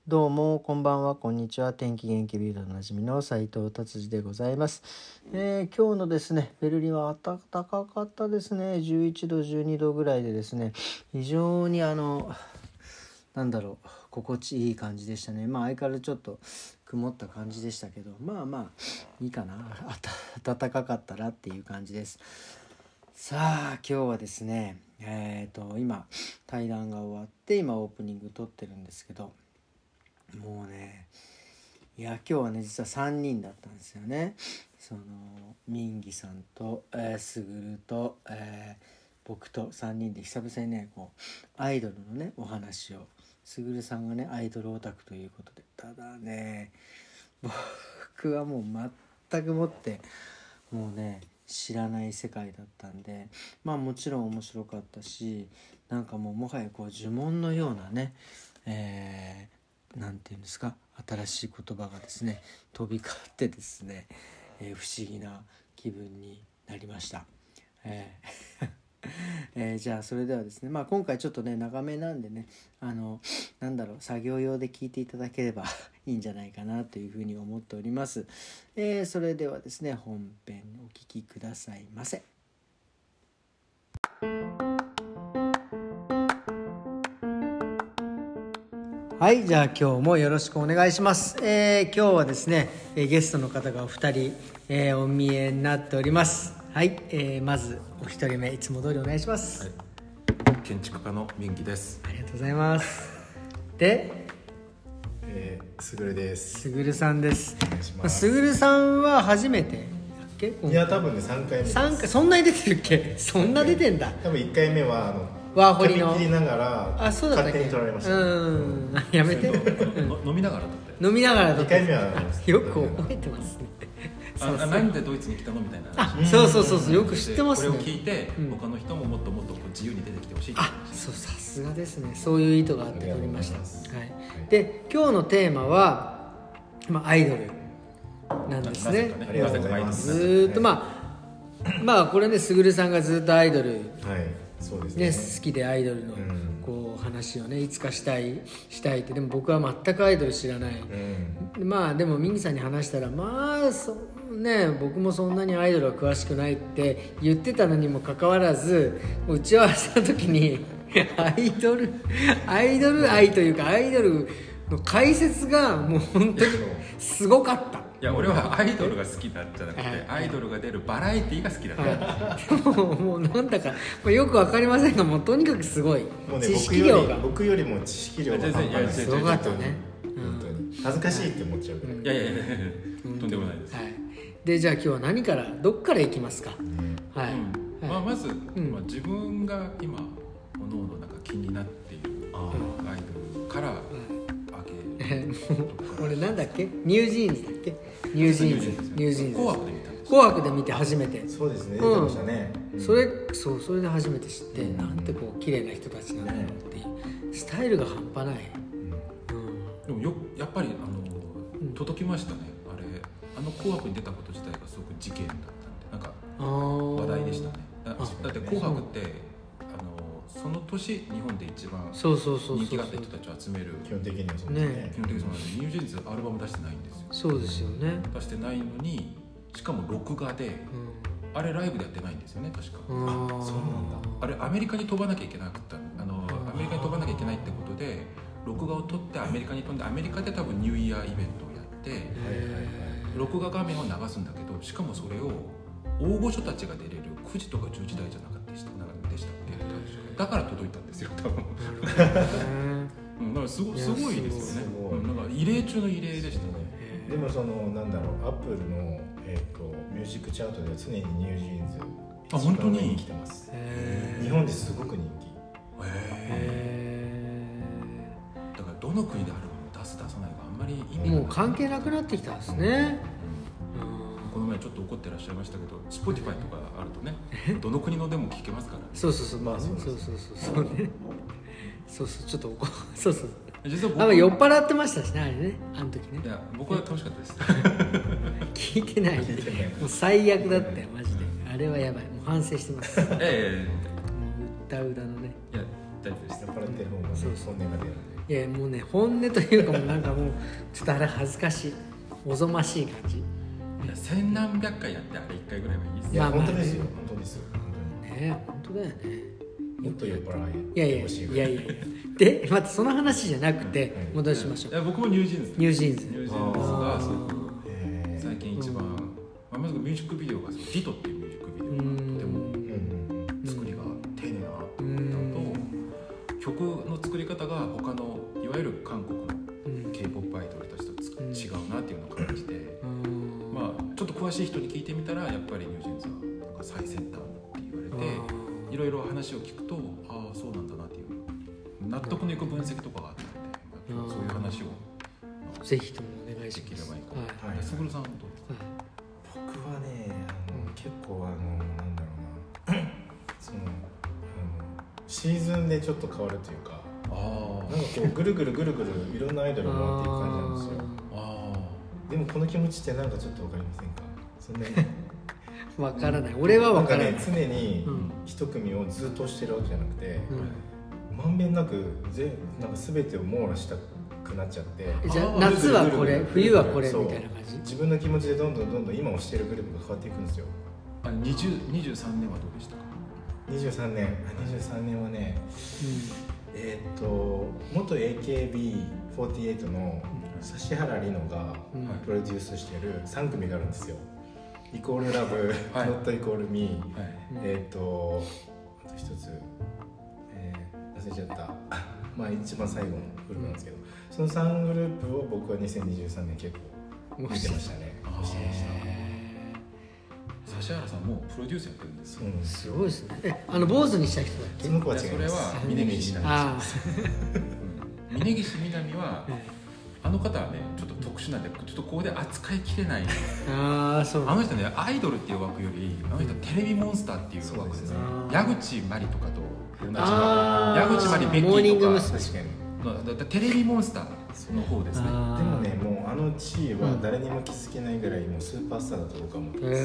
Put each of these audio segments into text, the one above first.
どうもこんばんは、こんにちは。天気元気ビルドのおなじみの斉藤達治でございます。今日のですねベルリンは暖かかったですね。11度12度ぐらいでですね、非常に心地いい感じでしたね。相変わらずちょっと曇った感じでしたけど、いいかな、暖かかったらっていう感じです。さあ今日はですね今対談が終わって今オープニング撮ってるんですけど、もうね、今日はね実は3人だったんですよね。ミンギさんと、スグルと、僕と3人で久々にねアイドルのねお話を、スグルさんがねアイドルオタクということで、ただね僕はもう全くもってもうね知らない世界だったんで、もちろん面白かったし、もはや呪文のようなね、なんていうんですか、新しい言葉がですね飛び交ってですね、不思議な気分になりました。じゃあそれではですね、今回ちょっとね長めなんでね、作業用で聞いていただければいいんじゃないかなというふうに思っております。それではですね本編お聞きくださいませ。はい、じゃあ今日もよろしくお願いします。今日はですねゲストの方がお二人、お見えになっております。はい、まずお一人目いつも通りお願いします。 はい、建築家のミンギです。 ありがとうございます。で、 すぐるです。 すぐるさんです。 お願いします。 すぐるさんは初めてだっけ？ いや多分ね3回目です。 3回、そんなに出てるっけ？そんな出てんだ。 多分1回目はワーホリの髪切りながらそうだったっけ？ 勝手に取られました。 やめて。 飲みながらだって飲みながらだっ 2 て。 回目はよく覚えてますね。 なんでドイツに来たのみたいな話。 そうよく知ってますね。 これを聞いて、他の人ももっともっと自由に出てきてほしい。 そう、さすがですね。そういう意図があっておりました。はい。で今日のテーマはアイドルなんですね。 ありがとうございます。 ずっとこれね、すぐるさんがずっとアイドル、 はい、そうですね。 好きでアイドルの話をねいつかしたいって、でも僕は全くアイドル知らない。でもミンギさんに話したら僕もそんなにアイドルは詳しくないって言ってたのにもかかわらず、打ち合わせの時にアイドル愛というかアイドルの解説がもう本当にすごかった。 いや俺はアイドルが好きだじゃなくて、アイドルが出るバラエティーが好きだった。 でもうなんだかよくわかりませんが、もうとにかくすごい、 もうね、 知識量が僕よりも知識量が半端ない。 すごかったね。 本当に恥ずかしいって思っちゃうくらい。 いやとんでもないです。 でじゃあ今日はどっからいきますか？ まず、自分が今おのおの気になっているアイドルから俺なんだっけ、ニュージーンズだっけ？ニュージーンズ紅白で見たんです。 紅白で見て初めて。 そうですね、出てましたね。 それで初めて知って、なんて綺麗な人たちなんだろうっていうスタイルが半端ない。 でもやっぱり届きましたね。紅白に出たこと自体がすごく事件だったんで、話題でしたね。だって紅白ってその年日本で一番人気があった人たちを集める。 基本的にはそうですね。 基本的にそうなんで、ニュージーンズアルバム出してないんですよ。 そうですよね。 出してないのに、しかも録画で、あれライブでやってないんですよね、確か。 そうなんだ。 あれアメリカに飛ばなきゃいけなかった。アメリカに飛ばなきゃいけないってことで録画を撮ってアメリカに飛んで、アメリカで多分ニューイヤーイベントをやって、録画画面を流すんだけど、しかもそれを大御所たちが出れる9時とか10時台じゃなかったでしたっけ。だから届いたんですよ多分。だからすごいですよね。異例中の異例でしたね。 でもアップルのミュージックチャートでは常にニュージーンズ本当に来てます。日本ですごく人気。 だからどの国でアルバム出す出さないがあんまり意味がもう関係なくなってきたんですね。 この前ちょっと怒ってらっしゃいましたけど、Spotify とかあるとね、どの国のでも聴けますからね。 そうね。ちょっと実は僕酔っ払ってましたしね、あれね、あの時ね。 いや僕は楽しかったです。 聞いてない。もう最悪だったよマジで。あれはやばい。もう反省してます。もう歌うだのね。 いや大丈夫です。 酔っ払ってる方が本音が出るんで。 いやもうね本音というかもうなんかもうちょっとあれ恥ずかしいおぞましい感じ。 いや千何百回やってあれ1回ぐらいはいいですよ。 いや、 まあまあ本当ですよ、本当ですよ、 本当だよね。 もっと酔っ払いやいやほしいぐいやらい。 いやいやでまたその話じゃなくて戻しましょう。 いや僕もニュージーンズニュージーンズニュージーンズがすごくへー最近一番、まずミュージックビデオがディトっていうミュージックビデオがとても作りが丁寧なのと、曲の作り方が他のいわゆる韓国の K-POP アイドルたちと違うなっていうのを感じて、まあちょっと詳しい人に聞いてみたらやっぱりニュージーンズはなんか最先端って言われて、いろいろ話を聞くとああそうなんだなっていう納得のいく分析とかがあったので、そういう話をぜひともお願いします。 できればいいかな。 はいすぐるさんはどうですか？ 僕はね、結構なんだろうなそのシーズンでちょっと変わるというか、なんかこうぐるぐるぐるぐるいろんなアイドルを回っていく感じなんですよ。でもこの気持ちってなんかちょっと分かりませんか？そんなにわからない。俺はわからない。 んかね、常に一組をずっとしてるわけじゃなくて、まんべんなくなんか全てを網羅したくなっちゃって、 じゃあ夏はこれ冬はこれみたいな感じ。 自分の気持ちでどんどん今推してるグループが変わっていくんですよ。 23年はどうでしたか 23年はね、元 AKB48 の指原莉乃がプロデュースしてる3組があるんですよ。イコールラブ、 はい、 ノットイコールミー、 はい、 あと一つ、忘れちゃったまあ一番最後のグループなんですけど、その3グループを僕は2023年結構見てましたね。推してました。 指原さんもプロデュースやってるんですよ。 すごいですね。坊主にした人だっけ？ その子は違います。 それは峯岸みなみ。峯岸みなみはあの方はねちょっと特殊なんでちょっとここで扱いきれない。 そう。 あの人ねアイドルっていう枠よりあの人はテレビモンスターっていう枠ですね。矢口真里とかと同じ矢口真里ベッキーとか。 確かに。 テレビモンスターの方ですね。 でもね、もうあの地位は誰にも気づけないぐらいもうスーパースターだと僕は思ってます。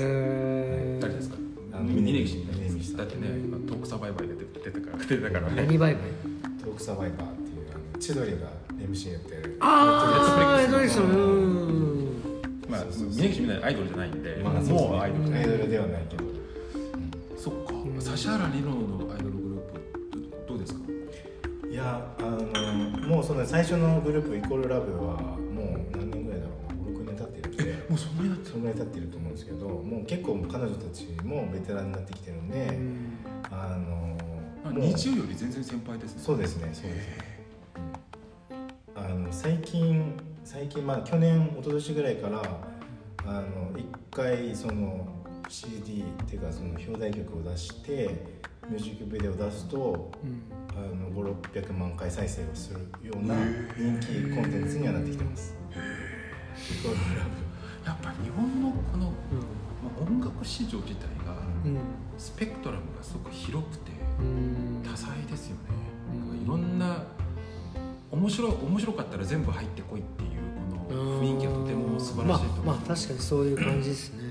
誰ですか？峯岸みなみだってね、トークサバイバーで出たからね。 何バイバイ？ トークサバイバーっていう千鳥が MC やってる。 そうですよ。 まあ峯岸みなみアイドルじゃないんで、もうアイドルではないけど。 そっか。指原莉乃のアイドルグループどうですか？ いやもうその最初のグループイコールラブはもう何年ぐらいだろうな、5、6年経ってるんで、 もうそんなになってる？ そのぐらい経ってると思うんですけど、もう結構彼女たちもベテランになってきてるんで、 20より全然先輩ですね。 そうですね、そうですね。最近まあ去年一昨年ぐらいから一回その CD っていうかその表題曲を出してミュージックビデオを出すと、5、600万回再生をするような人気コンテンツにはなってきてます。 やっぱ日本のこの、音楽市場自体が、スペクトラムがすごく広くて、多彩ですよね。いろんな面白かったら全部入ってこいっていうこの雰囲気がとても素晴らしいと思う。 まあ確かにそういう感じですね。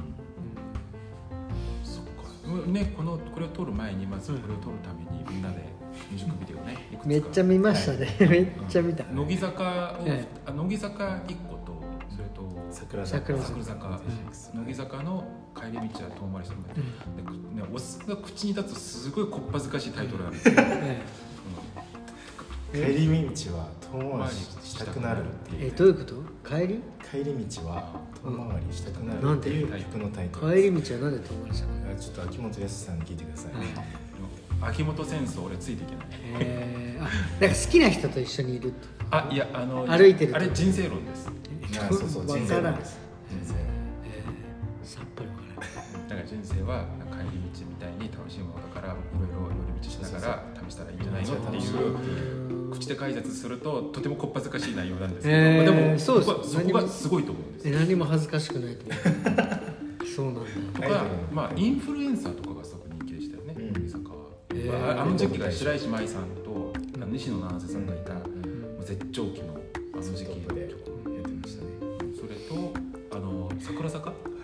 そっか。ね、これを撮る前にまずこれを撮るためにみんなでミュージックビデオね、いくつかめっちゃ見ましたね。めっちゃ見た。 乃木坂1個とそれと桜坂乃木坂の帰り道は遠回りしてるね、おっさんが口に立つとすごいこっぱずかしいタイトルなんですよ。 帰り道は遠回りしたくなるっていう。 どういうこと？帰り道は遠回りしたくなるっていう曲のタイトル。 帰り道はなんで遠回りしたの？ ちょっと秋元康さんに聞いてください。 秋元戦争俺ついていけない。 なんか好きな人と一緒にいるって。 いや歩いてる。 あれ人生論です。 そう人生論です。 さっぱりわからない。 だから人生は帰り道みたいに楽しむものだからいろいろ寄り道しながら試したらいいんじゃないのっていう口で解説するととてもこっぱずかしい内容なんですけど、でもそこがすごいと思うんですよ。 何も恥ずかしくないと思う。そうなんだ。 とか、インフルエンサーとかがすごく人気でしたよね、乃木坂は。あの時期が白石麻衣さんと西野七瀬さんがいた絶頂期のあの時期でやってましたね。それと桜坂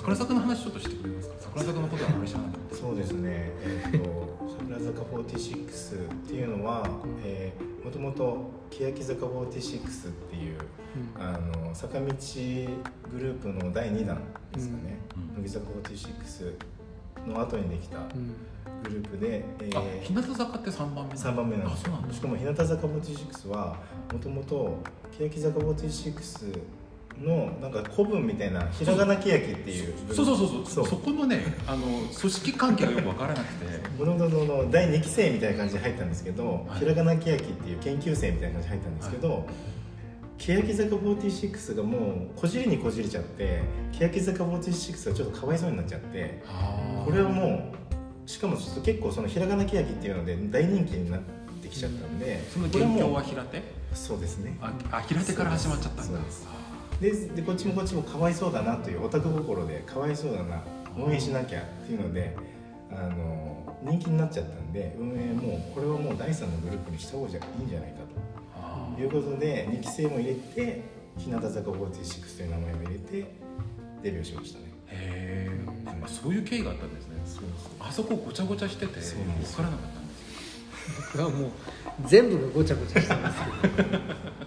桜坂の話ちょっとしてくれますか。桜坂のことはあまり知らなかった。 そうですね、桜坂46っていうのは、もともと欅坂46っていう、坂道グループの第2弾ですかね、乃木坂46の後にできたグループで、 日向坂って3番目 3番目なんですよ。しかも日向坂46はもともと欅坂46のなんか古文みたいなひらがな欅っていうそうそこのね組織関係がよく分からなくてもともとの第2期生みたいな感じで入ったんですけど、ひらがな欅っていう研究生みたいな感じで入ったんですけど、欅坂46がもうこじりにこじれちゃって、欅坂46がちょっとかわいそうになっちゃって、これはもうしかもちょっと結構そのひらがな欅っていうので大人気になってきちゃったんで、 その元凶は平手？ そうですね。 平手から始まっちゃったんだ。 でこっちもかわいそうだなというオタク心でかわいそうだな応援しなきゃっていうので人気になっちゃったんで、運営もこれはもう第3のグループにした方がいいんじゃないかということで2期生も入れて日向坂46という名前を入れてデビューしましたね。 へえ、そういう経緯があったんですね。あそこごちゃごちゃしてて分からなかったんですよ。僕はもう全部がごちゃごちゃしてますけど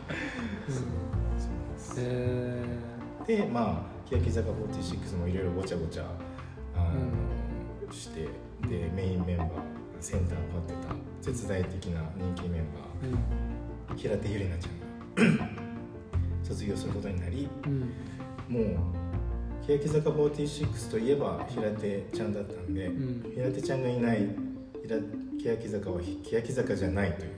で欅坂46もいろいろごちゃごちゃして、でメインメンバーセンターを張ってた絶大的な人気メンバー、平手友梨奈ちゃんが卒業することになり、もう欅坂46といえば平手ちゃんだったんで、平手ちゃんがいない欅坂は欅坂じゃないという、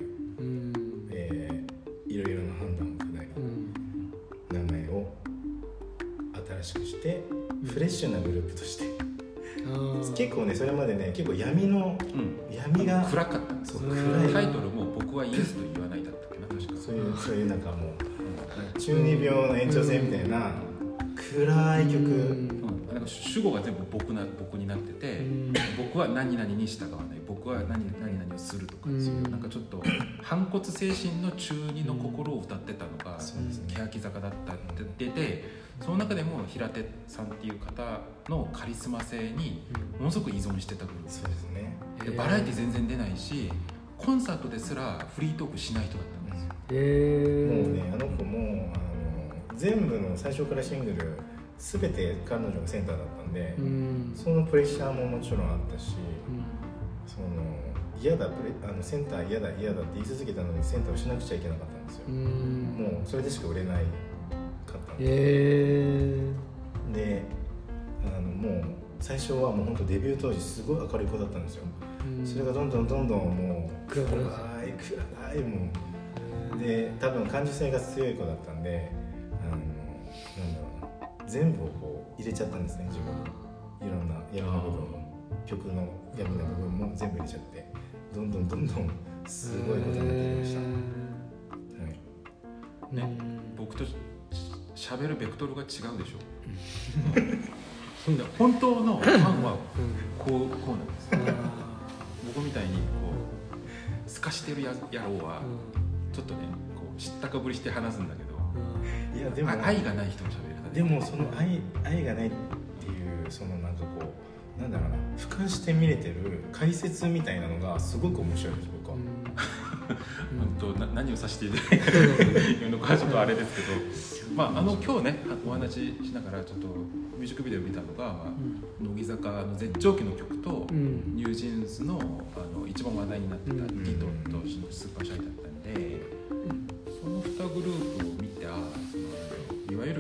いろいろな判断を下り、名前を新しくしてフレッシュなグループとして、結構ねそれまでね結構闇が暗かったんですよ。タイトルも僕はイエスと言わないだったっけな、確かそういうなんかもう中二病の延長線みたいな暗い曲、 なんか主語が全部僕になってて、僕は何々に従わない、僕は何々をするとか、なんかちょっと反骨精神の中二の心を歌ってたのが欅坂だったって出て、その中でも平手さんっていう方のカリスマ性にものすごく依存してたグループ。 そうですね。 でバラエティ全然出ないし、コンサートですらフリートークしない人だったんですよ。 もうね、あの子も全部の最初からシングル全て彼女がセンターだったんで、そのプレッシャーももちろんあったし、その嫌だセンター嫌だって言い続けたのにセンターをしなくちゃいけなかったんですよ。もうそれでしか売れないかったんで、でもう最初はもう本当デビュー当時すごい明るい子だったんですよ。それがどんどんもう暗いもうで、多分感受性が強い子だったんで、なんだろうな、全部をこう入れちゃったんですね、自分に。いろんな闇の部分も曲の闇の部分も全部入れちゃって、どんどんすごいことになってきました、 ね、僕と喋るベクトルが違うでしょ本当のファンはこうなんです僕みたいにこうすかしてる野郎はちょっとねこう知ったかぶりして話すんだけど、いやでも愛がない人の喋り方でもその愛がないっていうそのなんかこうなんだろうな、俯瞰して見れてる解説みたいなのがすごく面白いです僕は。 何を指しているのかちょっとあれですけど、今日ねお話ししながらちょっとミュージックビデオ見たのが、乃木坂の絶頂期の曲と、ニュージーンズの一番話題になってたディトとスーパーシャイだったんで、その2グループを見ていわゆる日本のアイドル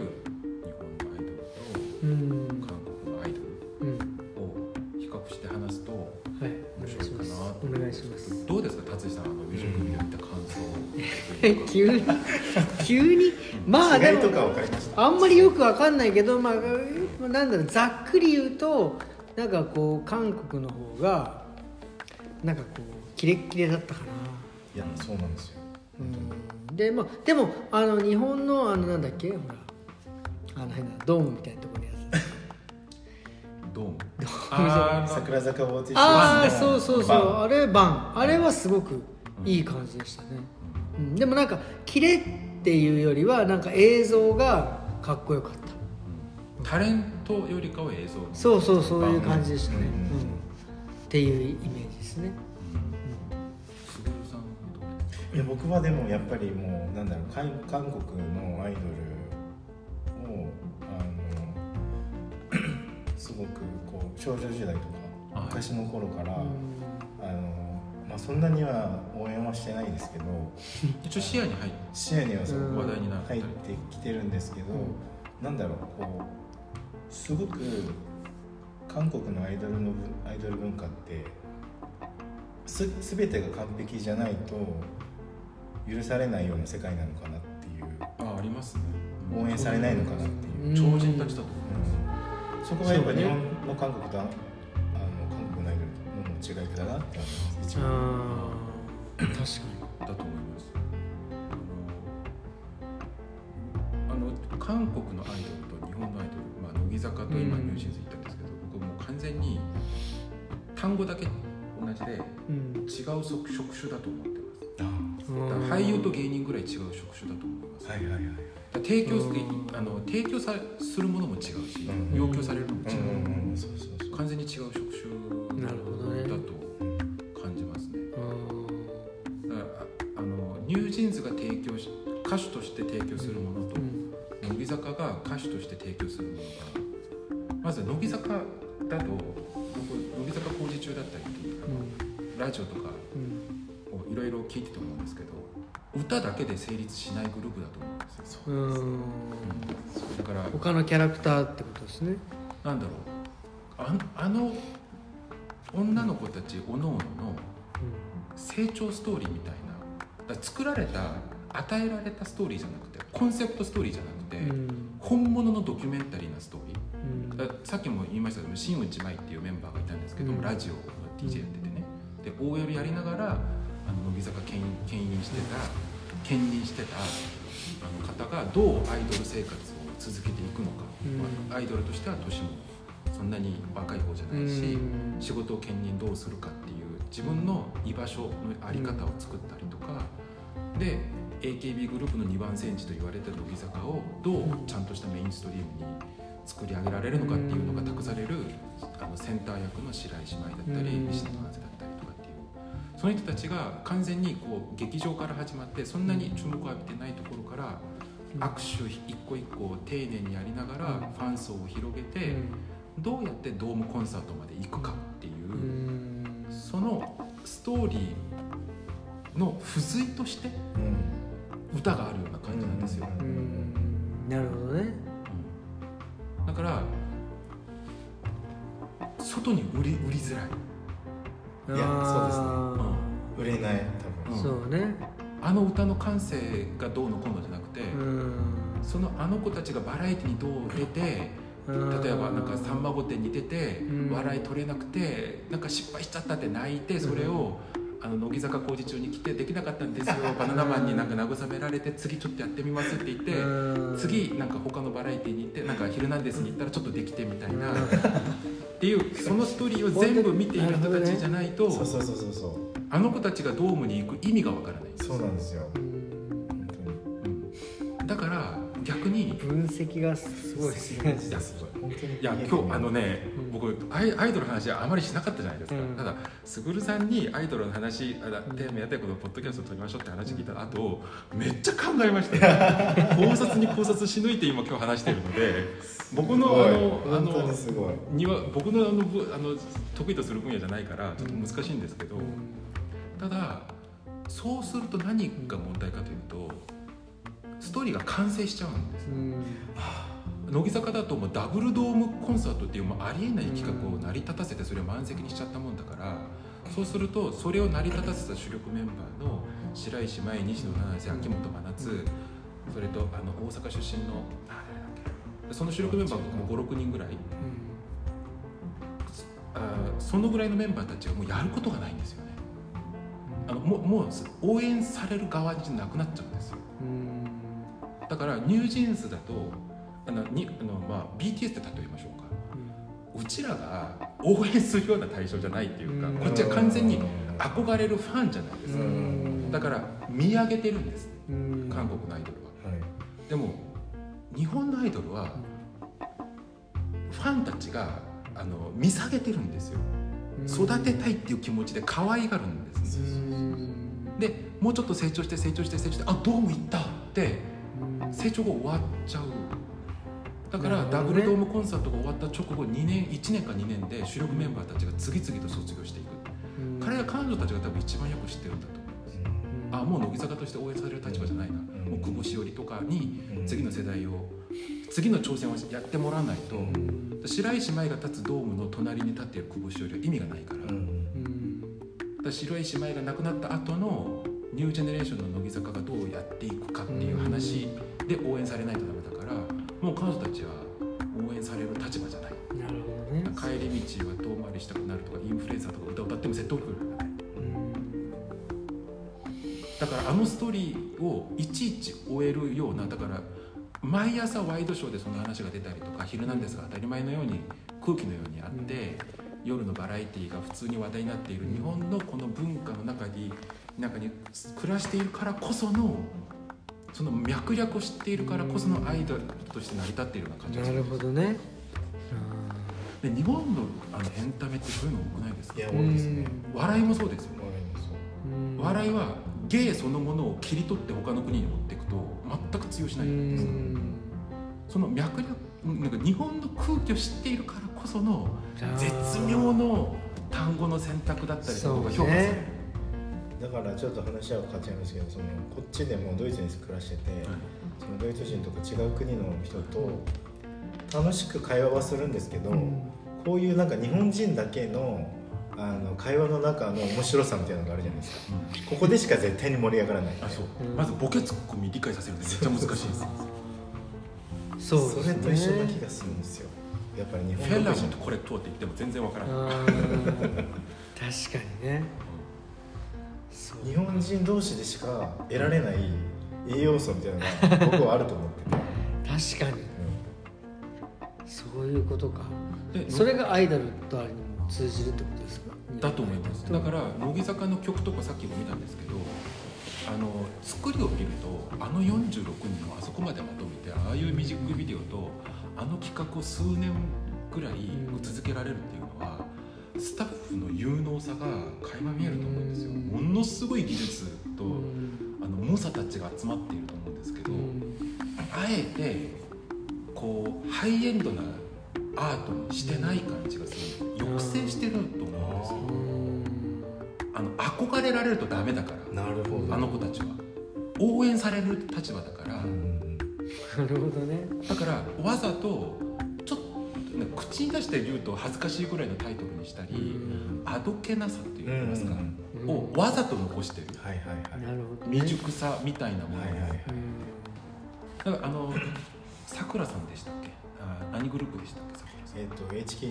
と韓国のアイドルを比較して話すと面白いかなと。 お願いします。 どうですか、達さん、ミュージックビデオ見た感想急にでもとか分かりました？ あんまりよく分かんないけど、なんだろう、ざっくり言うとなんかこう韓国の方がなんかこうキレッキレだったかな。 いやそうなんですよ。 でも日本のなんだっけ、ほら変なドームみたいなところにやつドーム桜坂46 そうあれはすごくいい感じでしたね。でもなんかキレっていうよりはなんか映像がかっこよかった。 タレントよりかは映像、 そういう感じでしたね、っていうイメージですね。 いや僕はでもやっぱりもうなんだろう、韓国のアイドルをすごくこう少女時代とか昔の頃から、まあ、そんなには応援はしてないですけど一応視野にはそう話題になって入ってきてるんですけど、なんだろう、こうすごく韓国のアイドル文化って全てが完璧じゃないと許されないような世界なのかなっていう、 ありますね、 応援されないのかなっていう、 超人たちだと思います、 そこがやっぱ日本の韓国と韓国のアイドルの違いだなって思います。一番確かにだと思います。韓国のアイドルと日本のアイドル、乃木坂と今ニュージーンズ言ったんですけど、僕もう完全に単語だけ同じで違う職種だと思ってます。だから俳優と芸人ぐらい違う職種だと思います。提供するものも違うし、要求されるのも違う、完全に違う職種だと感じますね。だからニュージーンズが歌手として提供するものと、乃木坂が歌手として提供するものが、まず乃木坂だと僕乃木坂工事中だったりというラジオとかをいろいろ聞いてて思うんですけど、歌だけで成立しないグループだと思うんですよ。だから他のキャラクターってことですね。 なんだろう、女の子たちおのおのの成長ストーリーみたいな、だから作られた与えられたストーリーじゃなくて、コンセプトストーリーじゃなくて、本物のドキュメンタリーなストーリー、さっきも言いましたけど、新内舞っていうメンバーがいたんですけど、ラジオの DJ やっててね、で OL やりながら乃木坂牽引してた方がどうアイドル生活を続けていくのか、アイドルとしては年もそんなに若い方じゃないし、仕事を兼任どうするかっていう自分の居場所の在り方を作ったりとかで、AKB グループの2番戦時と言われてる乃木坂をどうちゃんとしたメインストリームに作り上げられるのかっていうのが託されるセンター役の白石麻衣だったり西野七瀬だったりとかっていう、その人たちが完全にこう劇場から始まってそんなに注目を浴びてないところから握手一個一個丁寧にやりながらファン層を広げて、どうやってドームコンサートまで行くかっていう、そのストーリーの付随として歌があるような感じなんですよ。 なるほどね。 だから外に売りづらい。 いや、そうですね、売れない多分、 そうね、 歌の感性がどうのこうのじゃなくて、その子たちがバラエティにどう出て、例えばなんかさんま御殿に出て、笑い取れなくてなんか失敗しちゃったって泣いて、それを乃木坂工事中に来てできなかったんですよ、バナナマンになんか慰められて、次ちょっとやってみますって言って、次なんか他のバラエティに行って、なんかヒルナンデスに行ったらちょっとできてみたいなっていう、そのストーリーを全部見ている人たちじゃないと、あの子たちがドームに行く意味がわからないんです。 そうなんですよ、 だから逆に分析がすごいですね。 いや今日僕アイドルの話はあまりしなかったじゃないですか、ただすぐるさんにアイドルの話テーマやったいことポッドキャストを撮りましょうって話聞いた後、めっちゃ考えましたよ考察し抜いて今日話してるので、僕の僕の得意とする分野じゃないからちょっと難しいんですけど、ただそうすると何が問題かというと、ストーリーが完成しちゃうんです。乃木坂だともうダブルドームコンサートっていうもうありえない企画を成り立たせて、それを満席にしちゃったもんだから、そうするとそれを成り立たせた主力メンバーの白石麻衣、西野七瀬、秋元真夏、それと大阪出身のその主力メンバーがもう 5,6 人ぐらい、そのぐらいのメンバーたちがもうやることがないんですよね。もう応援される側じゃなくなっちゃうんですよ。だからニュージーンズだとBTS って例えましょうか、うちらが応援するような対象じゃないっていうか、こっちは完全に憧れるファンじゃないですか。だから見上げてるんです、韓国のアイドルは。でも日本のアイドルはファンたちが見下げてるんですよ。育てたいっていう気持ちで可愛がるんですね。でもうちょっと成長してドーム行ったって成長が終わっちゃう。だからダブルドームコンサートが終わった直後1年か2年で主力メンバーたちが次々と卒業していく。彼女たちが多分一番よく知ってるんだと思います。もう乃木坂として応援される立場じゃないな、もう久保しおりとかに次の世代を次の挑戦をやってもらわないと、白石麻衣が立つドームの隣に立っている久保しおりは意味がないから、だから白石麻衣が亡くなった後のニュージェネレーションの乃木坂がどうやっていくかっていう話で応援されないとダメだから、もう彼女たちは応援される立場じゃない。 なるほどね。 帰り道は遠回りしたくなるとか、インフルエンサーとか歌を歌っても説得力がない。だからストーリーをいちいち終えるような、だから毎朝ワイドショーでその話が出たりとか、ヒルナンデスが当たり前のように空気のようにあって、夜のバラエティが普通に話題になっている日本のこの文化の中に暮らしているからこその、その脈略を知っているからこそのアイドルとして成り立っているような感じがする。 なるほどね。 で日本のエンタメってそういうのもないですか？ いや多いですね。 笑いもそうですよね。笑いは芸そのものを切り取って他の国に持っていくと全く通用しないじゃないですか。その脈略、日本の空気を知っているからこその絶妙の単語の選択だったりとか評価される。 だからちょっと話は変わっちゃいますけど、こっちでもドイツに暮らしてて、そのドイツ人とか違う国の人と楽しく会話はするんですけど、こういう日本人だけの会話の中の面白さみたいなのがあるじゃないですか。ここでしか絶対に盛り上がらない。 まずボケツッコミ理解させるのめっちゃ難しいです。 それと一緒な気がするんですよ。やっぱり日本フェラーとこれ通って言っても全然わからない。 確かにね。 日本人同士でしか得られない栄養素みたいなのが僕はあると思ってて。 確かに、そういうことか。それがアイドルとあれにも通じるってことですか？ だと思います。だから乃木坂の曲とかさっきも見たんですけど、作りを見ると46人をあそこまでまとめて、ああいうミュージックビデオと企画を数年ぐらい続けられるっていうのは、スタッフの有能さが垣間見えると思うんですよ。ものすごい技術と猛者たちが集まっていると思うんですけど、あえてこうハイエンドなアートにしてない感じがする。抑制してると思うんですよ。憧れられるとダメだから。 なるほど。 あの子たちは応援される立場だから。 なるほどね。 だからわざとちょっと口に出して言うと恥ずかしいぐらいのタイトルにしたり、あどけなさっていうんですか、をわざと残してる。 なるほど、 未熟さみたいなもの。だからさくらさんでしたっけ？何グループでしたっけ？ HKT48 でした。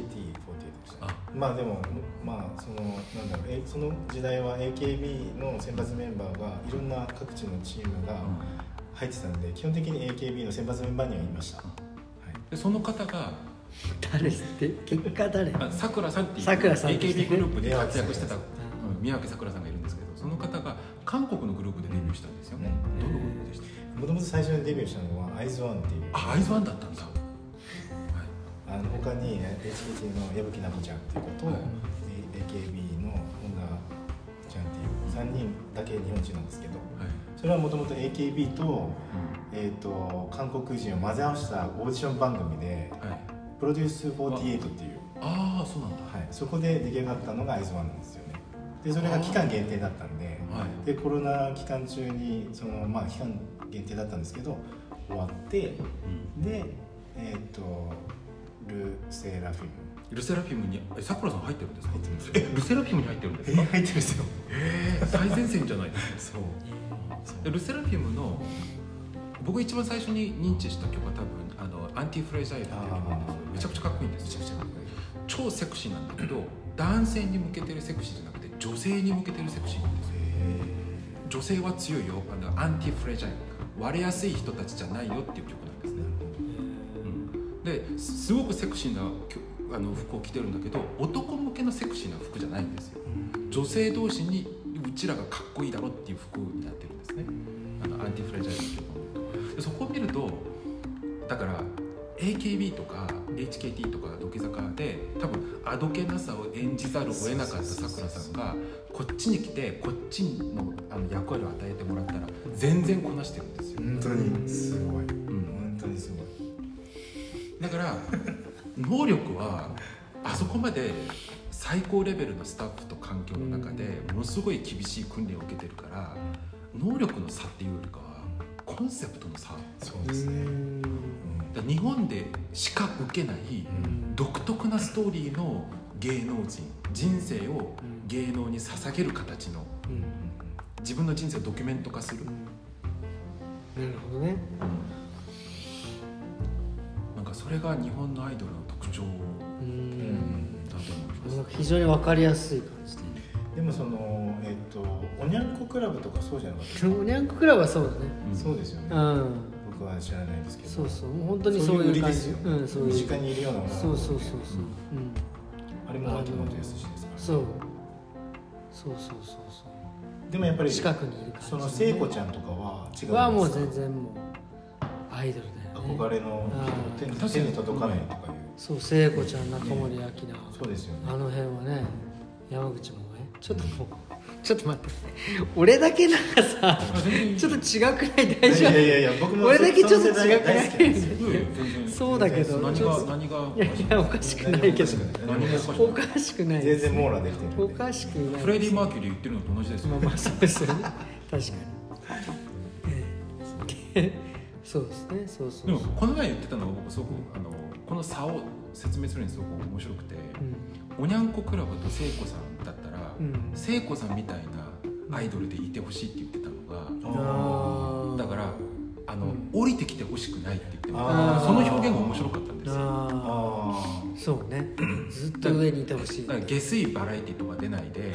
まあでもその時代は AKB の選抜メンバーがいろんな各地のチームが入ってたんで、基本的に AKB の選抜メンバーにはいました。 でその方が誰って結果誰？ さくらさんっていう AKB グループで活躍してた宮脇さくらさんがいるんですけど、その方が韓国のグループでデビューしたんですよね。どのグループでした？ もともと最初にデビューしたのはアイズワンっていう。 アイズワンだったんだ。 他に HKT の矢吹奈子ちゃんっていう子と、AKB の本田ちゃんっていう3人だけ日本人なんですけど、それはもともと AKB と、韓国人を混ぜ合わせたオーディション番組で、プロデュース48っていう、 そうなんだ。 そこで出来上がったのがアイズワンなんですよね。でそれが期間限定だったんで、でコロナ期間中に期間限定だったんですけど終わって、でルセラフィムにさくらさん入ってるんですか？ 入ってるんですよ。 ルセラフィムに入ってるんですか？ 入ってるんですよ。 最前線じゃないですか。 そう。 ルセラフィムの僕一番最初に認知した曲は多分アンティフレジャイルっていう曲なんですよ。めちゃくちゃかっこいいんですよ。超セクシーなんだけど、男性に向けてるセクシーじゃなくて女性に向けてるセクシーなんですよ。女性は強いよ、アンティフレジャイル、割れやすい人たちじゃないよっていう曲なんですね。ですごくセクシーな服を着てるんだけど、男向けのセクシーな服じゃないんですよ。女性同士にうちらがかっこいいだろっていう服になってるんですね。アンティフレジャイルっていうの。でそこを見ると、だから AKB とか HKT とか土下座で多分あどけなさを演じざるを得なかったさくらさんがこっちに来てこっちの役割を与えてもらったら全然こなしてるんですよ。 本当にすごい、本当にすごい。 だから能力はあそこまで最高レベルのスタッフと環境の中でものすごい厳しい訓練を受けてるから能力の差っていうよりかはコンセプトの差。 そうですね。 日本でしか受けない独特なストーリーの芸能人、人生を芸能に捧げる形の自分の人生をドキュメント化する、 なるほどね、 なんかそれが日本のアイドルの特徴だと思います。 非常に分かりやすい感じで。 でもそのおにゃんこクラブとかそうじゃなかった。 おにゃんこクラブはそうだね、 そうですよね、僕は知らないですけど、 そうそう、もう本当にそういう感じ、そういう身近にいるようなもの、 そう、 あれも秋元康ですから、 そうでもやっぱり近くにいる感じ、 その聖子ちゃんとかは違うんですか？ はもう全然もうアイドルだよね、 憧れの手に届かないとかいう、 そう、聖子ちゃん、中森明菜、 そうですよね、 あの辺はね、山口もね、ちょっと待って、俺だけなんかさ、ちょっと違くない？大丈夫？ いや僕も俺だけちょっと違くない？そうだけど、 何がいやおかしくないけど、おかしくない、 全然網羅できてる、 おかしくない。 フレディ・マーキュリー言ってるのと同じですよ。 まあそうですよね、確かに。そうですね、そう。 でもこの前言ってたのは僕すごくこの差を説明するにすごく面白くて、おにゃんこクラブと聖子さんだったら、聖子さんみたいなアイドルでいてほしいって言ってたのが、だから降りてきてほしくないって言ってました。その表現が面白かったんですよ。 そうね、ずっと上にいてほしい。 だから下水バラエティとか出ないで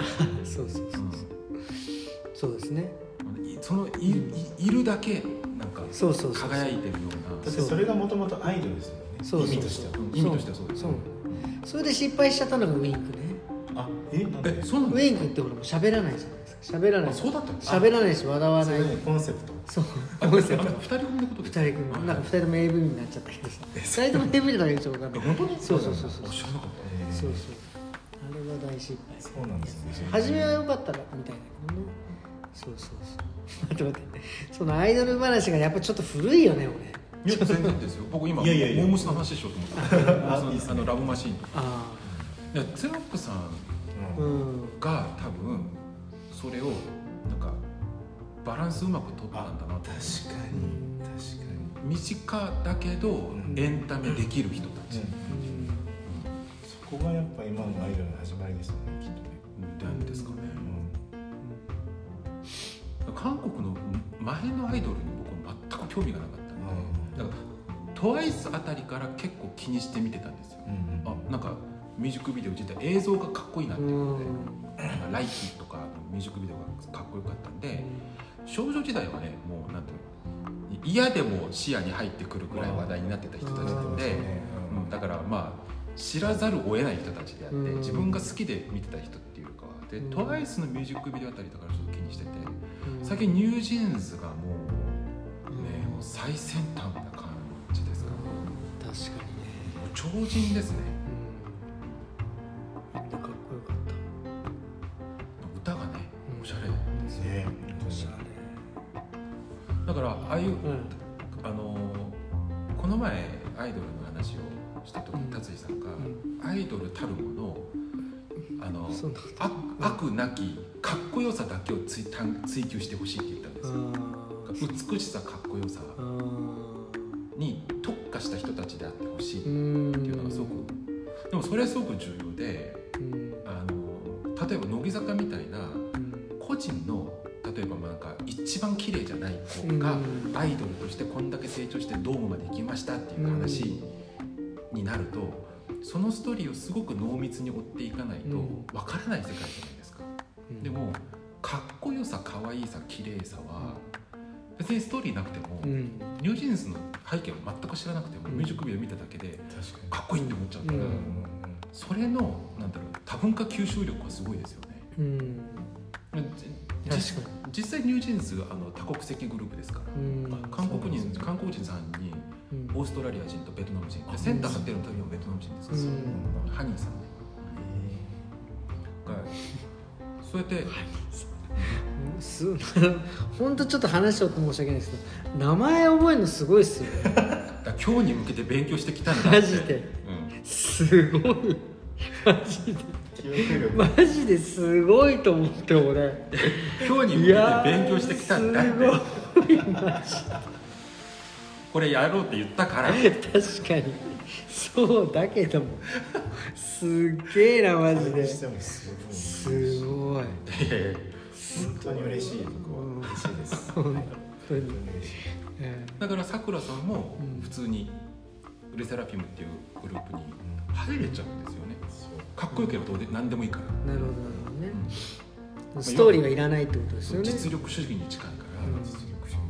そうですね、 そのいるだけなんか輝いてるような。 だってそれがもともとアイドルですよね、意味としては。 意味としてはそうです。 それで失敗しちゃったのがウインクね。 なんで？ そうなの？ウインクって俺も喋らないじゃないですか。喋らない。 そうだったんです。 喋らないし笑わない。 コンセプト。 そう。コンセプト。 2人組のことですか？ 2人組。なんか2人とも AV になっちゃったけどさ。2人とも AV じゃないでしょうか。 本当に？ そう。 知らなかった。 そう。あれは大失敗。 そうなんですね。 初めは良かったらみたいなけどね。そう。待って。そのアイドル話がやっぱちょっと古いよね、俺。 いや全然ですよ。僕今モームスの話しようと思ったラブマシーンとか。いやゼロックさんが多分それをなんかバランスうまく取ったんだなと。 確かに身近だけどエンタメできる人たち。 そこがやっぱ今のアイドルの始まりですよね、きっとね。 なんですかね。韓国の前のアイドルに僕全く興味がなかったんで、だからTWICEあたりから結構気にして見てたんですよ。なんかミュージックビデオ自体映像がかっこいいなっていうので、ライキーとかのミュージックビデオがかっこよかったんで、少女時代はね、もうなんていうの、嫌でも視野に入ってくるぐらい話題になってた人たちなんで、だからまあ知らざるを得ない人たちであって、自分が好きで見てた人っていうかで、TWICEのミュージックビデオあたりだからちょっと気にしてて、最近ニュージーンズがもうね、もう最先端な感じですかね。 確かにね、 超人ですね。 みんなかっこよかった。 歌がね、おしゃれですね。 おしゃれだからああいう、この前アイドルの話をした時に達治さんが、アイドルたるもの悪なきかっこよさだけを追求してほしいって言ったんですよ。美しさ、かっこよさに特化した人たちであってほしいっていうのがすごく、でもそれはすごく重要で、例えば乃木坂みたいな個人の、例えばなんか一番綺麗じゃない子がアイドルとしてこんだけ成長してドームまで行きましたっていう話になると、そのストーリーをすごく濃密に追っていかないとわからない世界じゃないですか。でもかっこよさ、可愛さ、綺麗さは別にストーリーなくても、ニュージーンズの背景を全く知らなくても、ミュージックビデオ見ただけでかっこいいって思っちゃうから、それのなんだろう、多文化吸収力はすごいですよね。実際ニュージーンズ多国籍グループですから、韓国人さんにオーストラリア人とベトナム人で、センター張ってるの多分ベトナム人ですけど、ハニーさんね、そうやってほんとちょっと話しようと申し訳ないですけど、名前覚えるのすごいっすよね。 だ今日に向けて勉強してきたんだって。 マジで、すごい、マジですごいと思って俺今日に向けて勉強してきたんだって。 マジこれやろうって言ったから。 確かにそうだけどもすっげえなマジで。すごい。 本当に嬉しいとこは嬉しいです。本当に嬉しい。 だからさくらさんも普通にルセラフィムっていうグループに入れちゃうんですよね。かっこよければどうで何でもいいから。 なるほどね。ストーリーはいらないってことですよね。 実力主義に近いから。実力主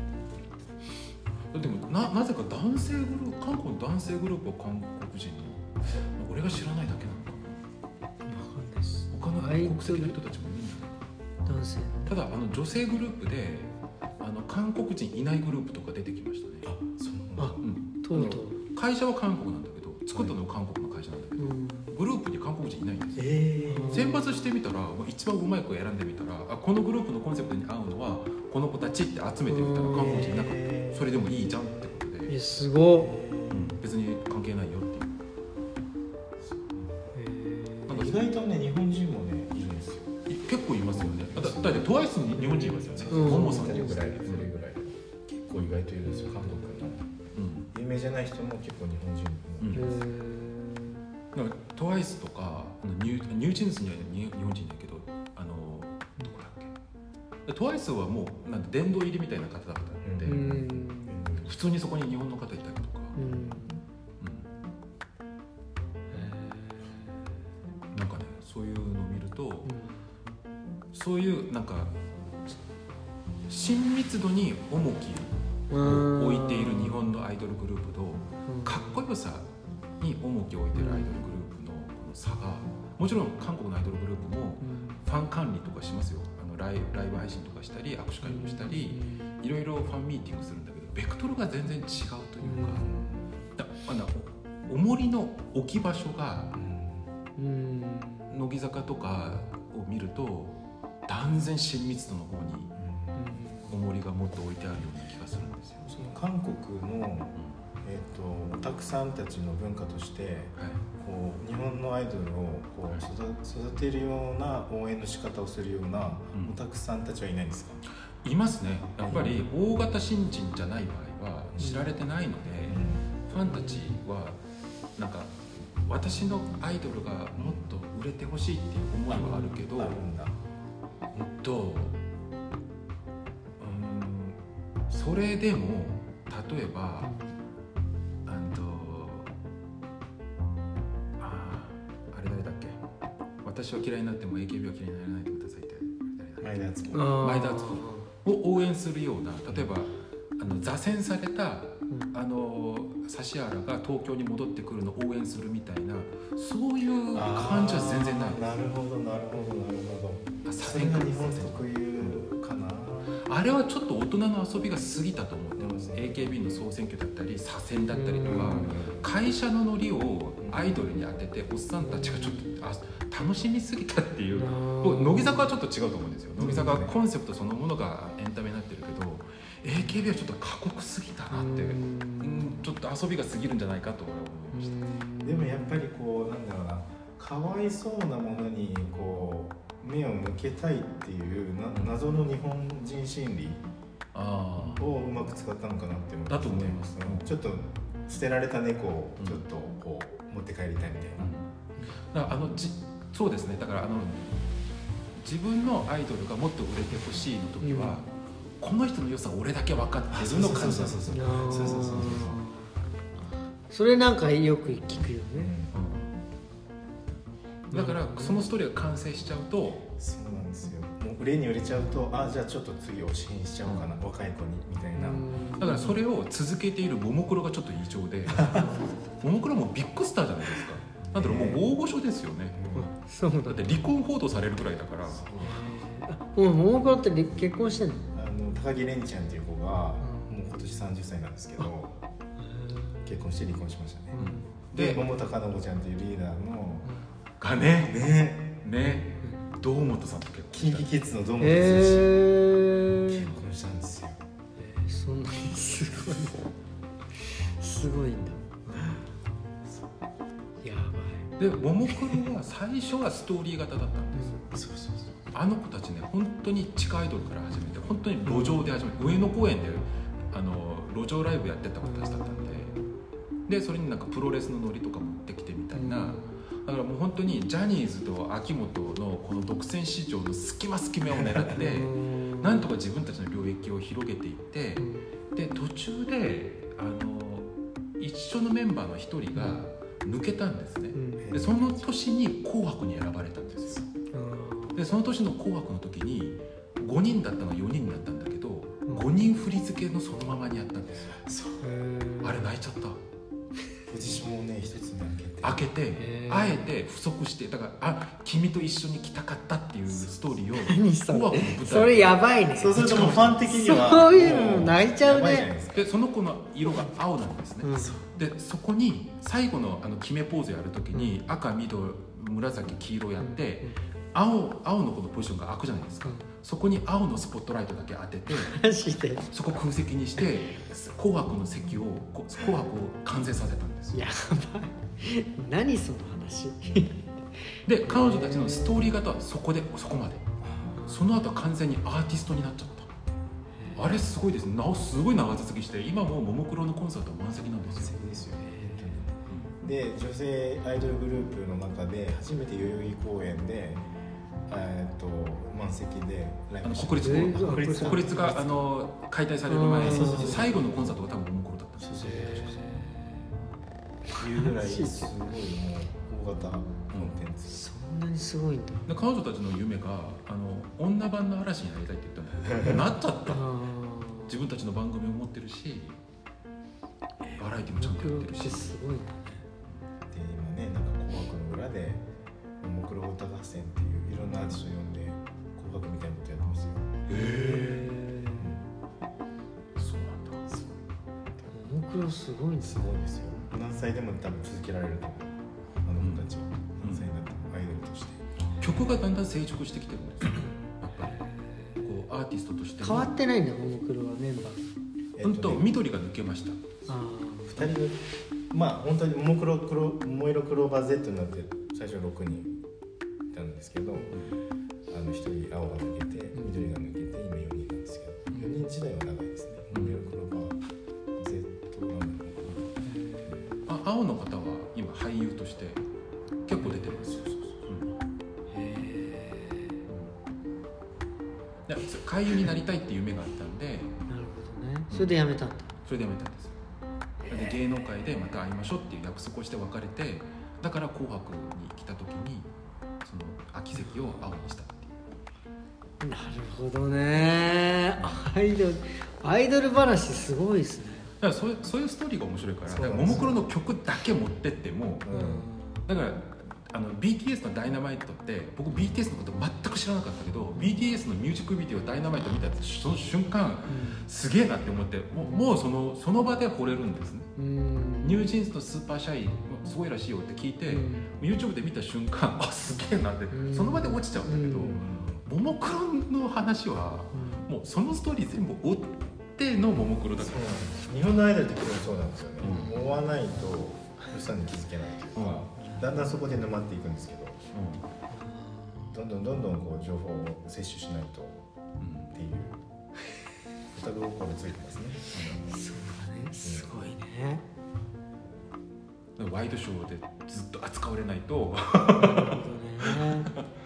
義。でもなぜか男性グループ、韓国の男性グループは韓国人の俺が知らないだけなのかな。わかんないです。他の国籍の人たちもいるんだね。 男性。 ただ女性グループで韓国人いないグループとか出てきましたね。あ、そうなんだ。 とうとう。 会社は韓国なんだけど、作ったのは韓国の会社なんだけど、グループに韓国人いないんですよ。選抜してみたら一番うまい子を選んでみたら、このグループのコンセプトに合うのはこの子たちって集めてみたら韓国人いなかった。それでもいいじゃんってことで。 すごっ。 別に関係ないよっていう。 意外とね日本人もねいるんですよ。 結構いますよね。だってTWICEに日本人いますよね。モモさんっていうぐらい、 それぐらい結構意外といるんですよ。韓国の有名じゃない人も結構日本人もいます。 だから TWICE とかニュージーンズには日本人だけど、どこだっけ。TWICE はもうなんて殿堂入りみたいな方だったんで、普通にそこに日本の方いたりとか。なんかね、そういうのを見ると、そういうなんか親密度に重きを置いている日本のアイドルグループと、かっこよさに重きを置いているアイドルグループのこの差が、もちろん韓国のアイドルグループもファン管理とかしますよ。ライブ配信とかしたり握手会もしたり、いろいろファンミーティングするんだけど、ベクトルが全然違うというか、重りの置き場所が乃木坂とかを見ると断然親密度の方に重りがもっと置いてあるような気がするんですよ。 その韓国の、オタクさんたちの文化として、こう日本のアイドルをこう育てるような応援の仕方をするようなオタクさんたちはいないんですか？ いますね。やっぱり大型新人じゃない場合は知られてないので、ファンたちはなんか私のアイドルがもっと売れてほしいっていう思いはあるけど、それでも例えばあれ誰だっけ、私は嫌いになっても AKB は嫌いにならないでくださいって前田敦子を応援するような、例えば座戦された指原が東京に戻ってくるのを応援するみたいな、そういう感じは全然ないです。 なるほど。それが日本特有かな。 あれはちょっと大人の遊びが過ぎたと思ってます。AKB の総選挙だったり左遷だったりとか、会社のノリをアイドルに当てておっさんたちがちょっと楽しみすぎたっていう。乃木坂はちょっと違うと思うんですよ。乃木坂はコンセプトそのものがエンタメになってるけど、AKB はちょっと過酷すぎたなって、ちょっと遊びが過ぎるんじゃないかと思いました。 でもやっぱりこうなんだろうな、かわいそうなものにこう目を向けたいっていう謎の日本人心理をうまく使ったのかなって思いますね。 だと思います。 ちょっと捨てられた猫をちょっとこう持って帰りたいみたいな。 だからそうですね。だから自分のアイドルがもっと売れてほしいの時は、この人の良さ俺だけ分かってるの感じ。 それなんかよく聞くよね。 だからそのストーリーが完成しちゃうと、 そうなんですよ。もう売れに売れちゃうと、じゃあちょっと次を支援しちゃおうかな、若い子にみたいな。 だからそれを続けているももクロがちょっと異常で、ももクロもビッグスターじゃないですか。なんだろう、もう大御所ですよね。 そうだって離婚報道されるぐらいだから。 ももクロって結婚してんの？ 高木蓮ちゃんっていう子がもう今年30歳なんですけど、 結婚して離婚しましたね、 で桃田かな子ちゃんというリーダーのがねね堂本さんと結婚キンキキッズの堂本剛、結婚したんですよ。 そんなにすごいんだ。やばい。 でももクロは最初はストーリー型だったんです、 そうあの子たちね本当に地下アイドルから始めて本当に路上で始めて、上野公園で路上ライブやってた子たちだったんで、それになんかプロレスのノリとか持ってきてみたいな、だからもう本当にジャニーズと秋元のこの独占市場の隙間を狙ってなんとか自分たちの領域を広げていって、で途中で一緒のメンバーの一人が抜けたんですね、でその年に紅白に選ばれたんですよ。でその年の紅白の時に5人だったのが4人になったんだけど、5人振り付けのそのままにやったんですよ。あれ泣いちゃった。 ポジションをね一つに開けてあえて不足して、だから君と一緒に来たかったっていうストーリーを紅白の舞台それやばいね。 そうするともうファン的にはそういうの泣いちゃうね。 でその子の色が青なんですね、でそこに最後の決めポーズやるときに赤緑紫黄色やって、青の子のポジションが空くじゃないですか、そこに青のスポットライトだけ当ててマジでそこ空席にして紅白の席を紅白を完成させたんですよ。 やばい。何その話で彼女たちのストーリー型はそこまで、その後は完全にアーティストになっちゃった。あれすごいですね。すごい長続きして今もももクロのコンサートは満席なんですよ。 ですよね。で女性アイドルグループの中で初めて代々木公園で満席でライブ国立が解体される前に最後のコンサートが多分ももクロだったんですよ。 いうぐらいすごいもう大型コンテンツ、 そんなにすごいんだ。 で彼女たちの夢が女版の嵐になりたいって言ったんだけどなっちゃった。自分たちの番組を持ってるしバラエティもちゃんとやってるし、 すごいな。 で今ねなんか紅白の裏でももクロ歌合戦っていういろんなアーティストを呼んで紅白みたいなことやってますよ。 そうなんだ。 ももクロすごいんですすごいですよ。何歳でも多分続けられると思う。あの子たちは何歳になってもアイドルとして曲がだんだん成熟してきてるんですよ。やっぱりこうアーティストとして変わってないんだ。ももクロはメンバー緑が抜けました。 2人まあ本当にももいろクローバー Z になって最初6人いたんですけど、1人青が抜けて緑が抜けて今4人なんですけど、4人時代は長いですね。ももいろクローバー Z なんだろう青の方は今俳優として結構出てるんですよ。俳優になりたいっていう夢があったんで。なるほどね。それで辞めたんだ。 それで辞めたんです。で芸能界でまた会いましょうっていう約束をして別れて、だから紅白に来た時にその秋席を青にしたっていう。 なるほどね。アイドル話すごいですね。 だからそういうストーリーが面白いから、だからももクロの曲だけ持ってっても、だからBTS のダイナマイトって僕 BTS のこと全く知らなかったけど、BTS のミュージックビデオダイナマイト見たその瞬間、すげえなって思って、もうその場で惚れるんですね。ニュージーンズとスーパーシャイすごいらしいよって聞いて、YouTube で見た瞬間すげえなって、その場で落ちちゃうんだけど、ももクロの話はもうそのストーリー全部追ってのももクロだから。 日本のアイドルってそうなんですよね。追わないと良さに気づけないというか、だんだんそこで沼っていくんですけど、どんどんこう情報を摂取しないとっていうオタク心ついてますね。 そうだね。すごいね。 ワイドショーでずっと扱われないと。 なるほどね。面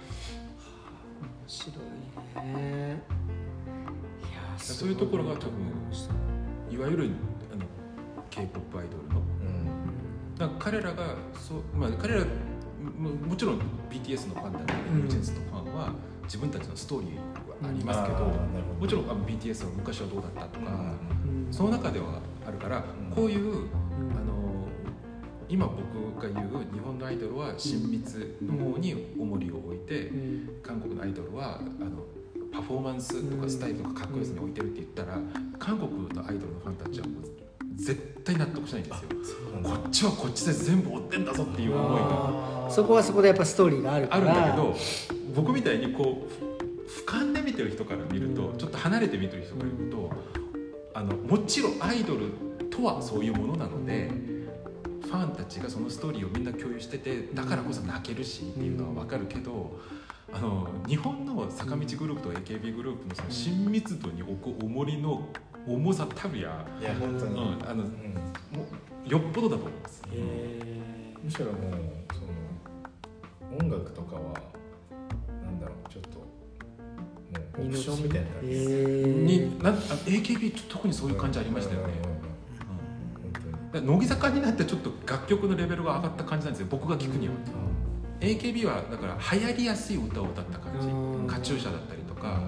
白いね。いや、 そういうところが多分いわゆるK-POP アイドルの。だから彼らが彼らもちろん BTS のファンだったり、ニュージーンズのファンは自分たちのストーリーはありますけど、もちろんBTS は昔はどうだったとか、その中ではあるから、こういう今僕が言う日本のアイドルは親密の方に重りを置いて、韓国のアイドルはパフォーマンスとかスタイルとかかっこよさに置いてるって言ったら、韓国のアイドルのファンたちはもう絶対納得しないんですよ。こっちはこっちで全部追ってんだぞっていう思いがそこはそこでやっぱストーリーがあるからあるんだけど、僕みたいにこう俯瞰で見てる人から見ると、ちょっと離れて見てる人から見ると、もちろんアイドルとはそういうものなので、ファンたちがそのストーリーをみんな共有してて、だからこそ泣けるしっていうのは分かるけど、日本の坂道グループと AKB グループのその親密度に置く重りの重さたるや、 いや本当に、 もうよっぽどだと思います。 むしろもうその音楽とかはなんだろう、ちょっともうオプションみたいな感じです。 AKB 特にそういう感じありましたよね。乃木坂になってちょっと楽曲のレベルが上がった感じなんですよ、僕が聞くには。AKB はだから流行りやすい歌を歌った感じ、カチューシャだったりとか、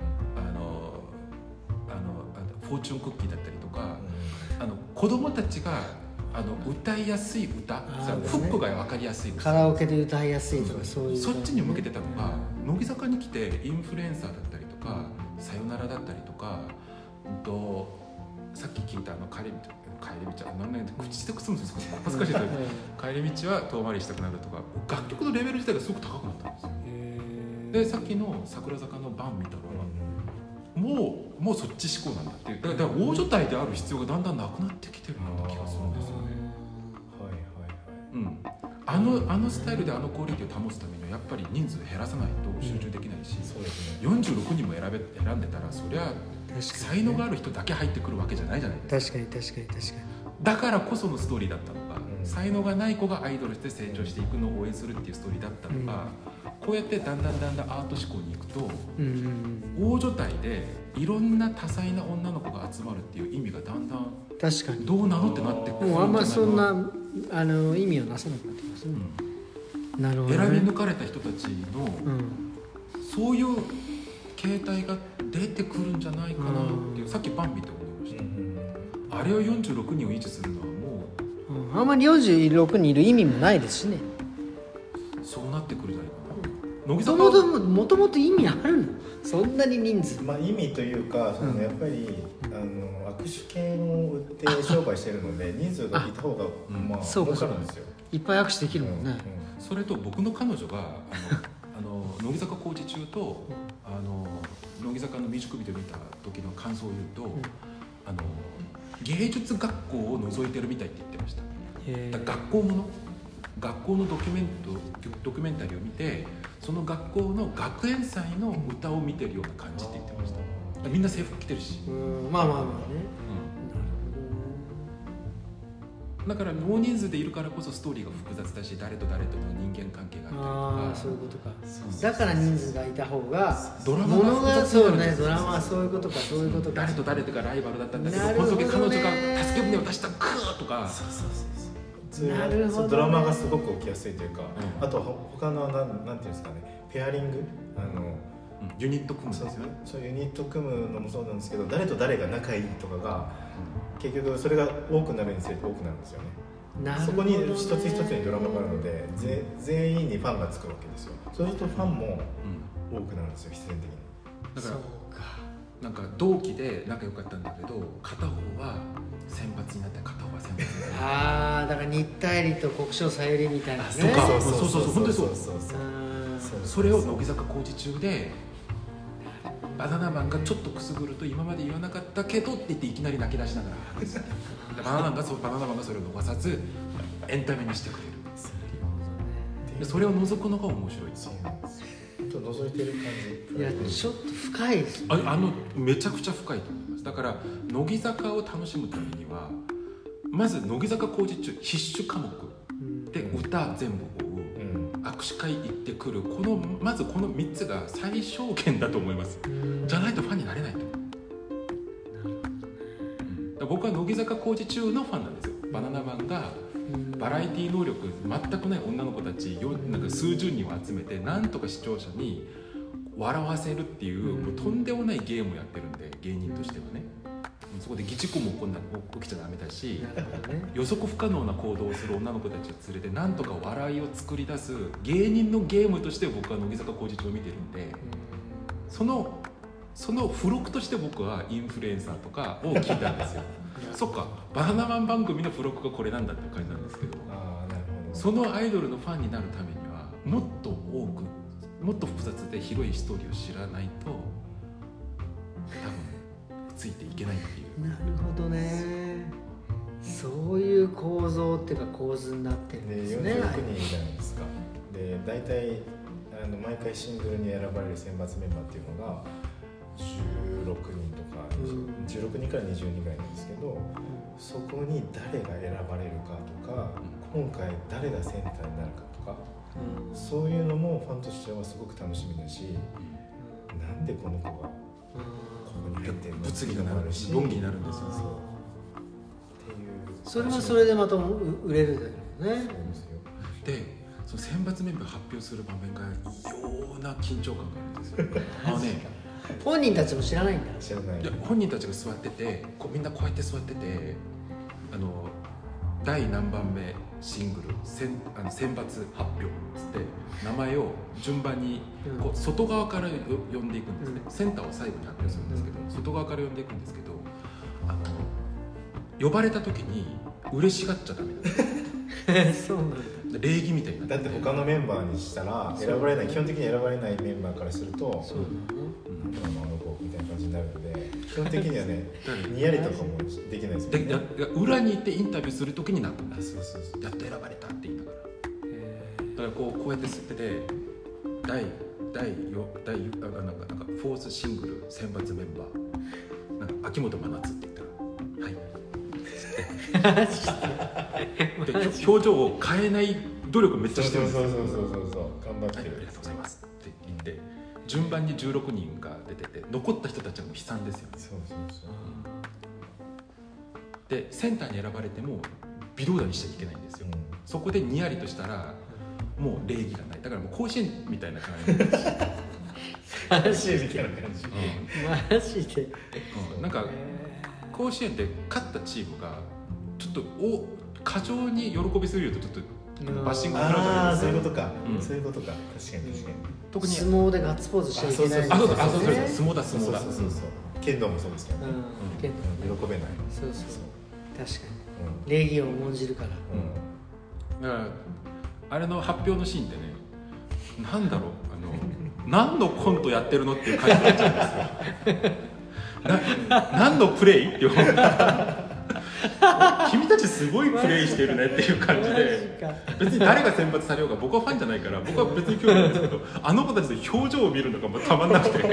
フォーチュンクッキーだったりとか、子供たちが歌いやすい歌、フックが分かりやすいカラオケで歌いやすいとか、そういうそっちに向けてたのが、乃木坂に来てインフルエンサーだったりとか、さよならだったりとか、さっき聞いた帰り道は何年で口でくすむんですよ、恥ずかしいです帰り道は遠回りしたくなるとか、楽曲のレベル自体がすごく高くなったんですよ。でさっきの桜坂のバン見たら、もうそっち思考なんだっていう、だから大所帯である必要がだんだんなくなってきてるような気がするんですよね。あのスタイルであのクオリティを保つためにはやっぱり人数減らさないと集中できないし、46人も選んでたら、そりゃ才能がある人だけ入ってくるわけじゃないじゃないですか。 確かにだからこそのストーリーだったのが、才能がない子がアイドルして成長していくのを応援するっていうストーリーだったのが、こうやってだんだんアート思考に行くと、大所帯でいろんな多彩な女の子が集まるっていう意味がだんだん確かにどうなのってなってくるんじゃないかな。 もうあんまそんな意味をなさなくなってますね。なるほどね。 選び抜かれた人たちの、そういう形態が出てくるんじゃないかなっていう、さっきバン見て思いました。あれを46人を維持するのはもう、 あんまり46人いる意味もないですしね。 そうなってくるんじゃないかな。乃木坂もともと意味あるの？そんなに人数、 意味というか、やっぱり握手券を売って商売してるので人数がいた方が儲かるんですよ。 いっぱい握手できるもんね。 それと僕の彼女が乃木坂工事中と乃木坂のミュージックビデオ見た時の感想を言うと、芸術学校を覗いてるみたいって言ってました。だから学校のドキュメンタリーを見て、その学校の学園祭の歌を見てるような感じって言ってました。みんな制服着てるし、 まあね、 だから大人数でいるからこそストーリーが複雑だし、誰と誰との人間関係があったりとか、 そういうことか。だから人数がいた方がドラマが複雑になるんですよ。 ドラマはそういうことか、そういうことか。 誰と誰とがライバルだったんだけど、この時彼女が助け舟を出したクーとか、 なるほどね。 ドラマがすごく起きやすいというか、あと他のなんていうんですかね、ペアリング、 ユニット組むんですよね。 そうユニット組むのもそうなんですけど、誰と誰が仲いいとかが結局それが多くなるにつれて多くなるんですよね。そこに一つ一つにドラマがあるので、全員にファンがつくわけですよ。そうするとファンも多くなるんですよ、必然的に。 だからなんか同期で仲良かったんだけど、片方は選抜になって片方は選抜になって、 だから新田絵里と国生さゆりみたいなね。 そう本当にそう。それを乃木坂工事中でバナナマンがちょっとくすぐると、今まで言わなかったけどって言っていきなり泣き出しながら話す。バナナマンがそれを逃さずエンタメにしてくれる。それを覗くのが面白い。 覗いてる感じ。 いや、ちょっと深いですね。 めちゃくちゃ深いと思います。だから乃木坂を楽しむためには、まず乃木坂工事中必修科目で歌全部追う、握手会行ってくる、まずこの3つが最小限だと思います。じゃないとファンになれないと思う。僕は乃木坂工事中のファンなんですよ。バナナマンがバラエティ能力全くない女の子たちなんか数十人を集めて、なんとか視聴者に笑わせるっていう、もうとんでもないゲームをやってるんで、芸人としてはね。そこで議事故も起きちゃダメだし、予測不可能な行動をする女の子たちを連れてなんとか笑いを作り出す芸人のゲームとして僕は乃木坂工事中を見てるんで、その付録として僕はインフルエンサーとかを聞いたんですよ。 そっか、バナナマン番組の付録がこれなんだっていう感じなんですけど、 あ、なるほど。 そのアイドルのファンになるためにはもっと多く、もっと複雑で広いストーリーを知らないと多分ついていけないっていう。 なるほどね。そういう構造っていうか構図になってるんですね。 で46人じゃないですか。で大体毎回シングルに選ばれる選抜メンバーっていうのが16人とか、16人から20人ぐらいなんですけど、そこに誰が選ばれるかとか、今回誰がセンターになるかとか、そういうのもファンとしてはすごく楽しみだし、なんでこの子がここに入ってるの物議がなるし論議になるんですよ。っていうそれはそれでまた売れるだよね。 そうですよ。 でその選抜メンバー発表する場面が異様な緊張感があるんですよ。 本人たちも知らないんだ。 知らない。 いや本人たちが座ってて、みんなこうやって座ってて、第何番目シングル選抜発表つって名前を順番にこう外側から呼んでいくんですね。センターを最後に発表するんですけど、外側から呼んでいくんですけど、呼ばれた時に嬉しがっちゃダメなんです。 そうなんだ。 礼儀みたいな。 だって他のメンバーにしたら選ばれない、基本的に選ばれないメンバーからすると、そうだね、あの子みたいな感じになるので、基本的にはねにやりとかもできないですよね。 で裏に行ってインタビューするときになったんです。やっと選ばれたって言いながら。だからこうやって吸ってて、なんかフォースシングル選抜メンバーなんか秋元真夏って言ったら、はいで表情を変えない努力めっちゃしてるんですよ。 そう頑張ってる、 はい、ありがとうございますって言って、順番に16人が出てて、残った人たちはもう悲惨ですよね。でセンターに選ばれても微動だにしちゃいけないんですよ、そこでにやりとしたらもう礼儀がない。だからもう甲子園みたいな感じマジみたいな感じ、 マジで、 なんか甲子園で勝ったチームがちょっと過剰に喜びすぎるとちょっとバッシング食らうじゃないですか。 そういうことか、そういうことか。確かに特に相撲でガッツポーズしちゃいけない。 そう相撲だ。 剣道もそうですけどね、剣道喜べない。 そう確かに、礼儀を重んじるから。 だからあれの発表のシーンってね、なんだろう、何のコントやってるのっていう感じになっちゃうんですよ。何のプレイって君たちすごいプレイしてるねっていう感じで、別に誰が選抜されようが僕はファンじゃないから僕は別に興味ないんですけど、あの子たちの表情を見るのがもうたまんなくて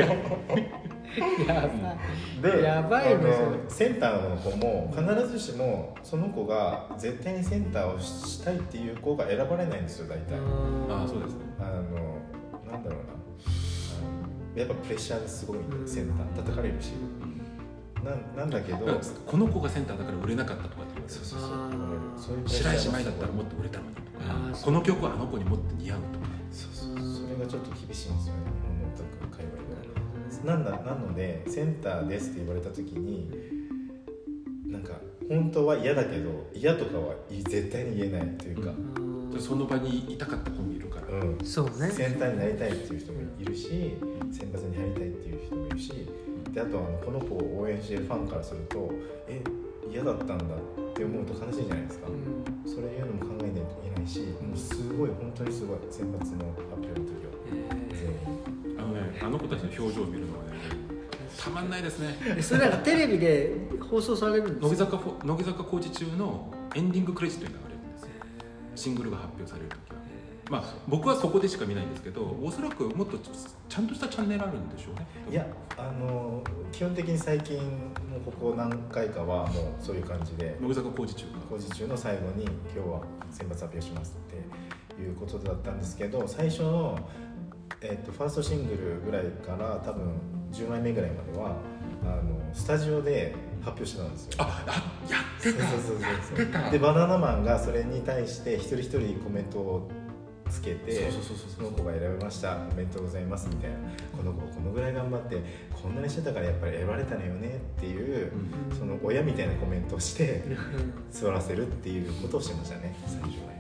やばいね。 センターの子も必ずしもその子が絶対にセンターをしたいっていう子が選ばれないんですよ、大体。 そうですね。 なんだろうな、やっぱプレッシャーですごいセンター叩かれるし、なんだけどこの子がセンターだから売れなかったとかって言われる。そう白石麻衣だったらもっと売れたのにとか、この曲はあの子にもっと似合うとか。 それがちょっと厳しいんですよね、日本のオタク界隈は。なのでセンターですって言われた時に、なんか本当は嫌だけど嫌とかは絶対に言えないというか、 その場にいたかった子もいるから、 そうね、 センターになりたいっていう人もいるし、選抜に入りたいっていう人もいるし、であとこの子を応援しているファンからすると嫌だったんだって思うと悲しいじゃないですか、それいうのも考えないといけないし、もうすごい本当にすごい選抜の発表の時は、 あの子たちの表情を見るのはねたまんないですね。 それなんかテレビで放送されるんですか？ 乃木坂工事中のエンディングクレジットに流れるんですよ、シングルが発表される時は。僕はそこでしか見ないんですけど、おそらくもっとちゃんとしたチャンネルあるんでしょうね。 いや、基本的に最近のここ何回かはもうそういう感じで、 乃木坂工事中の最後に今日は選抜発表しますっていうことだったんですけど、最初の、ファーストシングルぐらいから多分10枚目ぐらいまではスタジオで発表してたんですよ。 やってた。 そうでバナナマンがそれに対して一人一人コメントをつけて、その子が選べました、おめでとうございますみたいな、この子このぐらい頑張ってこんなにしてたからやっぱり選ばれたのよねっていう、その親みたいなコメントをして座らせるっていうことをしてましたね、最初の辺は。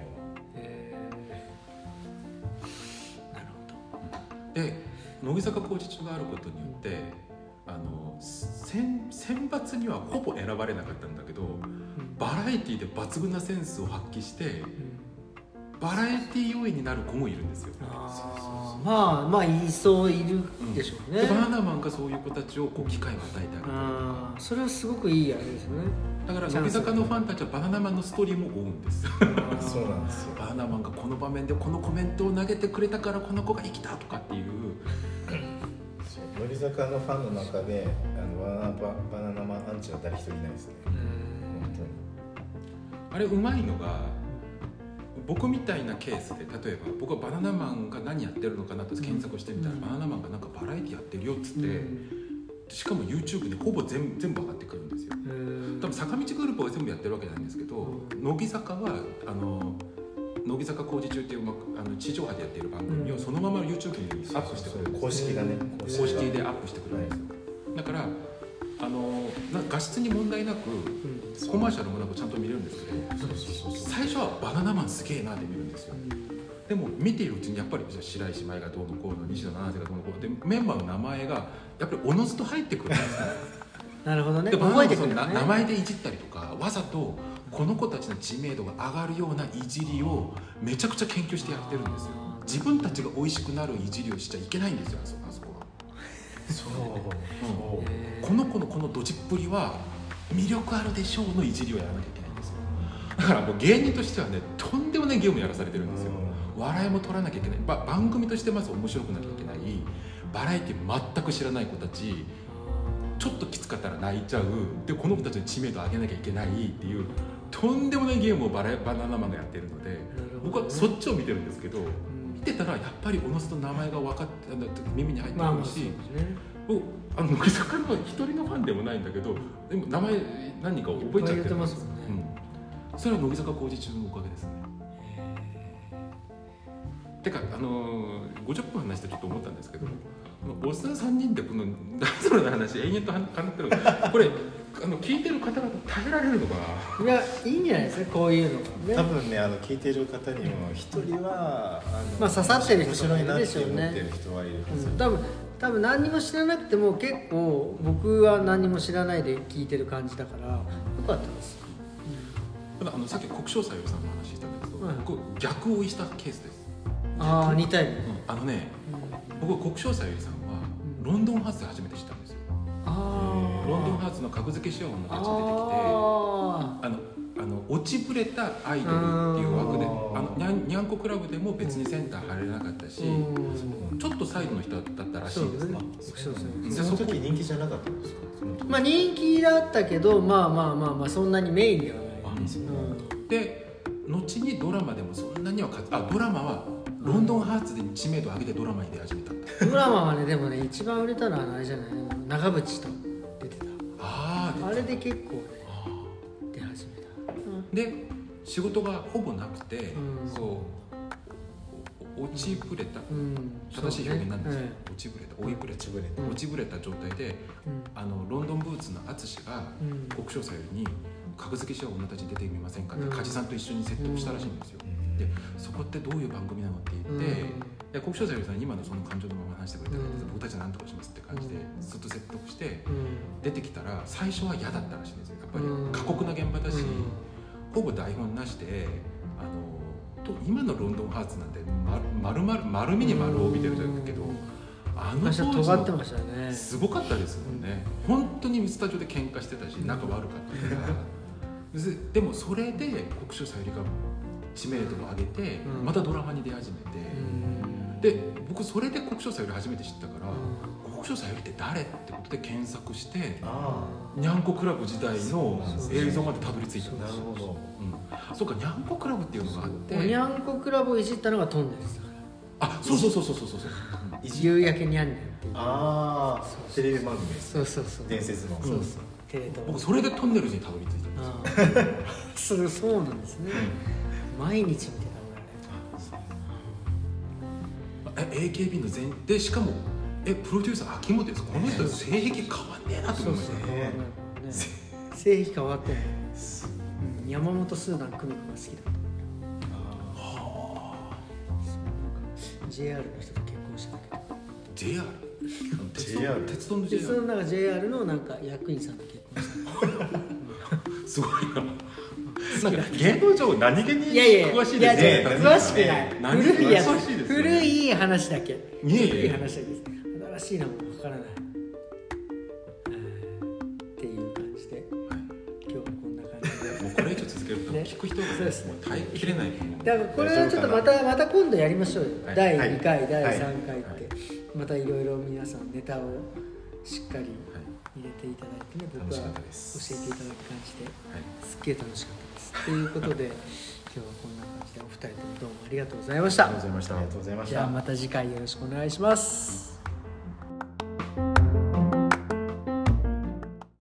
なるほど。で乃木坂工事中があることによって選抜にはほぼ選ばれなかったんだけど、バラエティで抜群なセンスを発揮して、バラエティ要員になる子もいるんですよ。 まあいそういるでしょうね。 でバナナマンがそういう子たちをこう機会を与えてあげて、 それはすごくいいあれですよね。 だから乃木坂のファンたちはバナナマンのストーリーも追うんですそうなんですよ。 バナナマンがこの場面でこのコメントを投げてくれたからこの子が生きたとかっていう乃木坂のファンの中でバナナマンアンチは誰一人いないですね。本当にあれうまいのが、僕みたいなケースで例えば僕はバナナマンが何やってるのかなと検索してみたら、バナナマンがなんかバラエティやってるよっつって、しかも YouTube でほぼ全部上がってくるんですよ。多分坂道グループは全部やってるわけじゃないんですけど、乃木坂は乃木坂工事中っていう地上波でやっている番組をそのまま YouTube にアップしてくれるんですよ。 公式がね、 公式でアップしてくれるんですよ。だから画質に問題なく、コマーシャルもなくちゃんと見れるんですけど、最初はバナナマンすげえなって見るんですよ。でも見ているうちにやっぱり白石麻衣がどうのこうの、西野七瀬がどうのこうので、メンバーの名前がやっぱりおのずと入ってくるんですねなるほどね。 で覚えてくるね。 名前でいじったりとか、わざとこの子たちの知名度が上がるようないじりをめちゃくちゃ研究してやってるんですよ。自分たちが美味しくなるいじりをしちゃいけないんですよ、あそこは。この子のこのドジっぷりは魅力あるでしょうのいじりをやらなきゃいけないんですよ。だからもう芸人としてはね、とんでもないゲームやらされてるんですよ。笑いも取らなきゃいけない、番組としてまず面白くなきゃいけない、バラエティ全く知らない子たち、ちょっときつかったら泣いちゃう、でこの子たちの知名度を上げなきゃいけないっていうとんでもないゲームをバナナマンがやってるので、僕はそっちを見てるんですけど、見てたらやっぱりおのずと名前が分かって耳に入ってくるし、乃木坂の一人のファンでもないんだけど、でも名前何か覚えちゃってるんですよ。それは乃木坂工事中のおかげですね。てか50分話してちょっと思ったんですけど、おっさん3人でこのダンスの話延々と話ってるこれ聞いてる方々耐えられるのかな。 いや、いいんじゃないですか、こういうのがね。 多分ね、聞いてる方にも一人は刺さってる人もいるでしょうね。 面白いなって思ってる人はいるはず。 多分何にも知らなくても結構僕は何にも知らないで聞いてる感じだからよかったです。 さっき国生さゆりさんの話したんですけど、僕逆をしたケースです。 似たよね。 僕国生さゆりさんはロンドンハーツで初めて知ったんですよ。ロンドンハーツの格付けしようのやつが出てきて、落ちぶれたアイドルっていう枠でにゃんこクラブでも別にセンター入れなかったし、ちょっとサイドの人だったらしいですね。 その時人気じゃなかったんですか？ 人気だったけど、そんなにメインではない。 で後にドラマでもそんなにはドラマはロンドンハーツで知名度を上げてドラマに出始めた。 ドラマはね、でもね、一番売れたのはあれじゃない、長渕と出てた。あれで結構ね出始めた。 で仕事がほぼなくて、落ちぶれた、正しい表現なんですよ。落ちぶれた、落ちぶれた状態で、ロンドンブーツの淳が国生さゆりに格付けしよう女たちに出てみませんかって梶さんと一緒に説得したらしいんですよ。でそこってどういう番組なのって言って、国生さゆりさん今のその感情のまま話してくれたら、僕たちは何とかしますって感じでずっと説得して出てきたら、最初は嫌だったらしいんですよ。やっぱり過酷な現場だし、ほぼ台本なしで今のロンドンハーツなんて丸みに丸を帯びてるんだけど、当時のすごかったですもんね。本当にスタジオで喧嘩してたし仲悪かったからでもそれで国生さゆりが知名度を上げて、またドラマに出始めて、で僕それで国生さゆり初めて知ったから、国生さゆりって誰ってことで検索してにゃんこクラブ時代の映像までたどり着いたんですよ。なるほど。そうか、にゃんこクラブっていうのがあって、 にゃんこクラブをいじったのがトンネルズだから。 そう夕焼けにゃんねんっていう。 テレビ番組です。 そう伝説の。 テレ東。 僕それでトンネルズにたどり着いたんですよ。 そうなんですね。毎日見てた俺あれ。AKB の全で、しかもプロデューサー秋元です。この人性癖変わんねえなと思いましたね。 性癖変わってんの。山本スーダン久美子が好きだった。JR の人と結婚したけど。 JR 鉄道のでそ JR のなんか JR のなんか役員さんと結婚したすごいな。 好きだ芸能情報何気にいやいや詳しいですね。 詳しくない何古いやつ詳しいですよね古い話だけいえいえ古い話だけです新しいのもわからないっていう感じで今日はこんな感じでもうこれ以上続けると聞く人がそうですねもう耐えきれないと思う。 だからこれはちょっとまた今度やりましょうよ、 はい第2回、 はい第3回って、 はいまたいろいろ皆さんネタをしっかり入れていただいてね、僕楽しかは教ったですえていただく感じではいすっげえ楽しかったですということで今日はこんな感じでお二人ともどうもありがとうございました。 ありがとうございました。 ありがとうございました。 じゃあまた次回よろしくお願いします。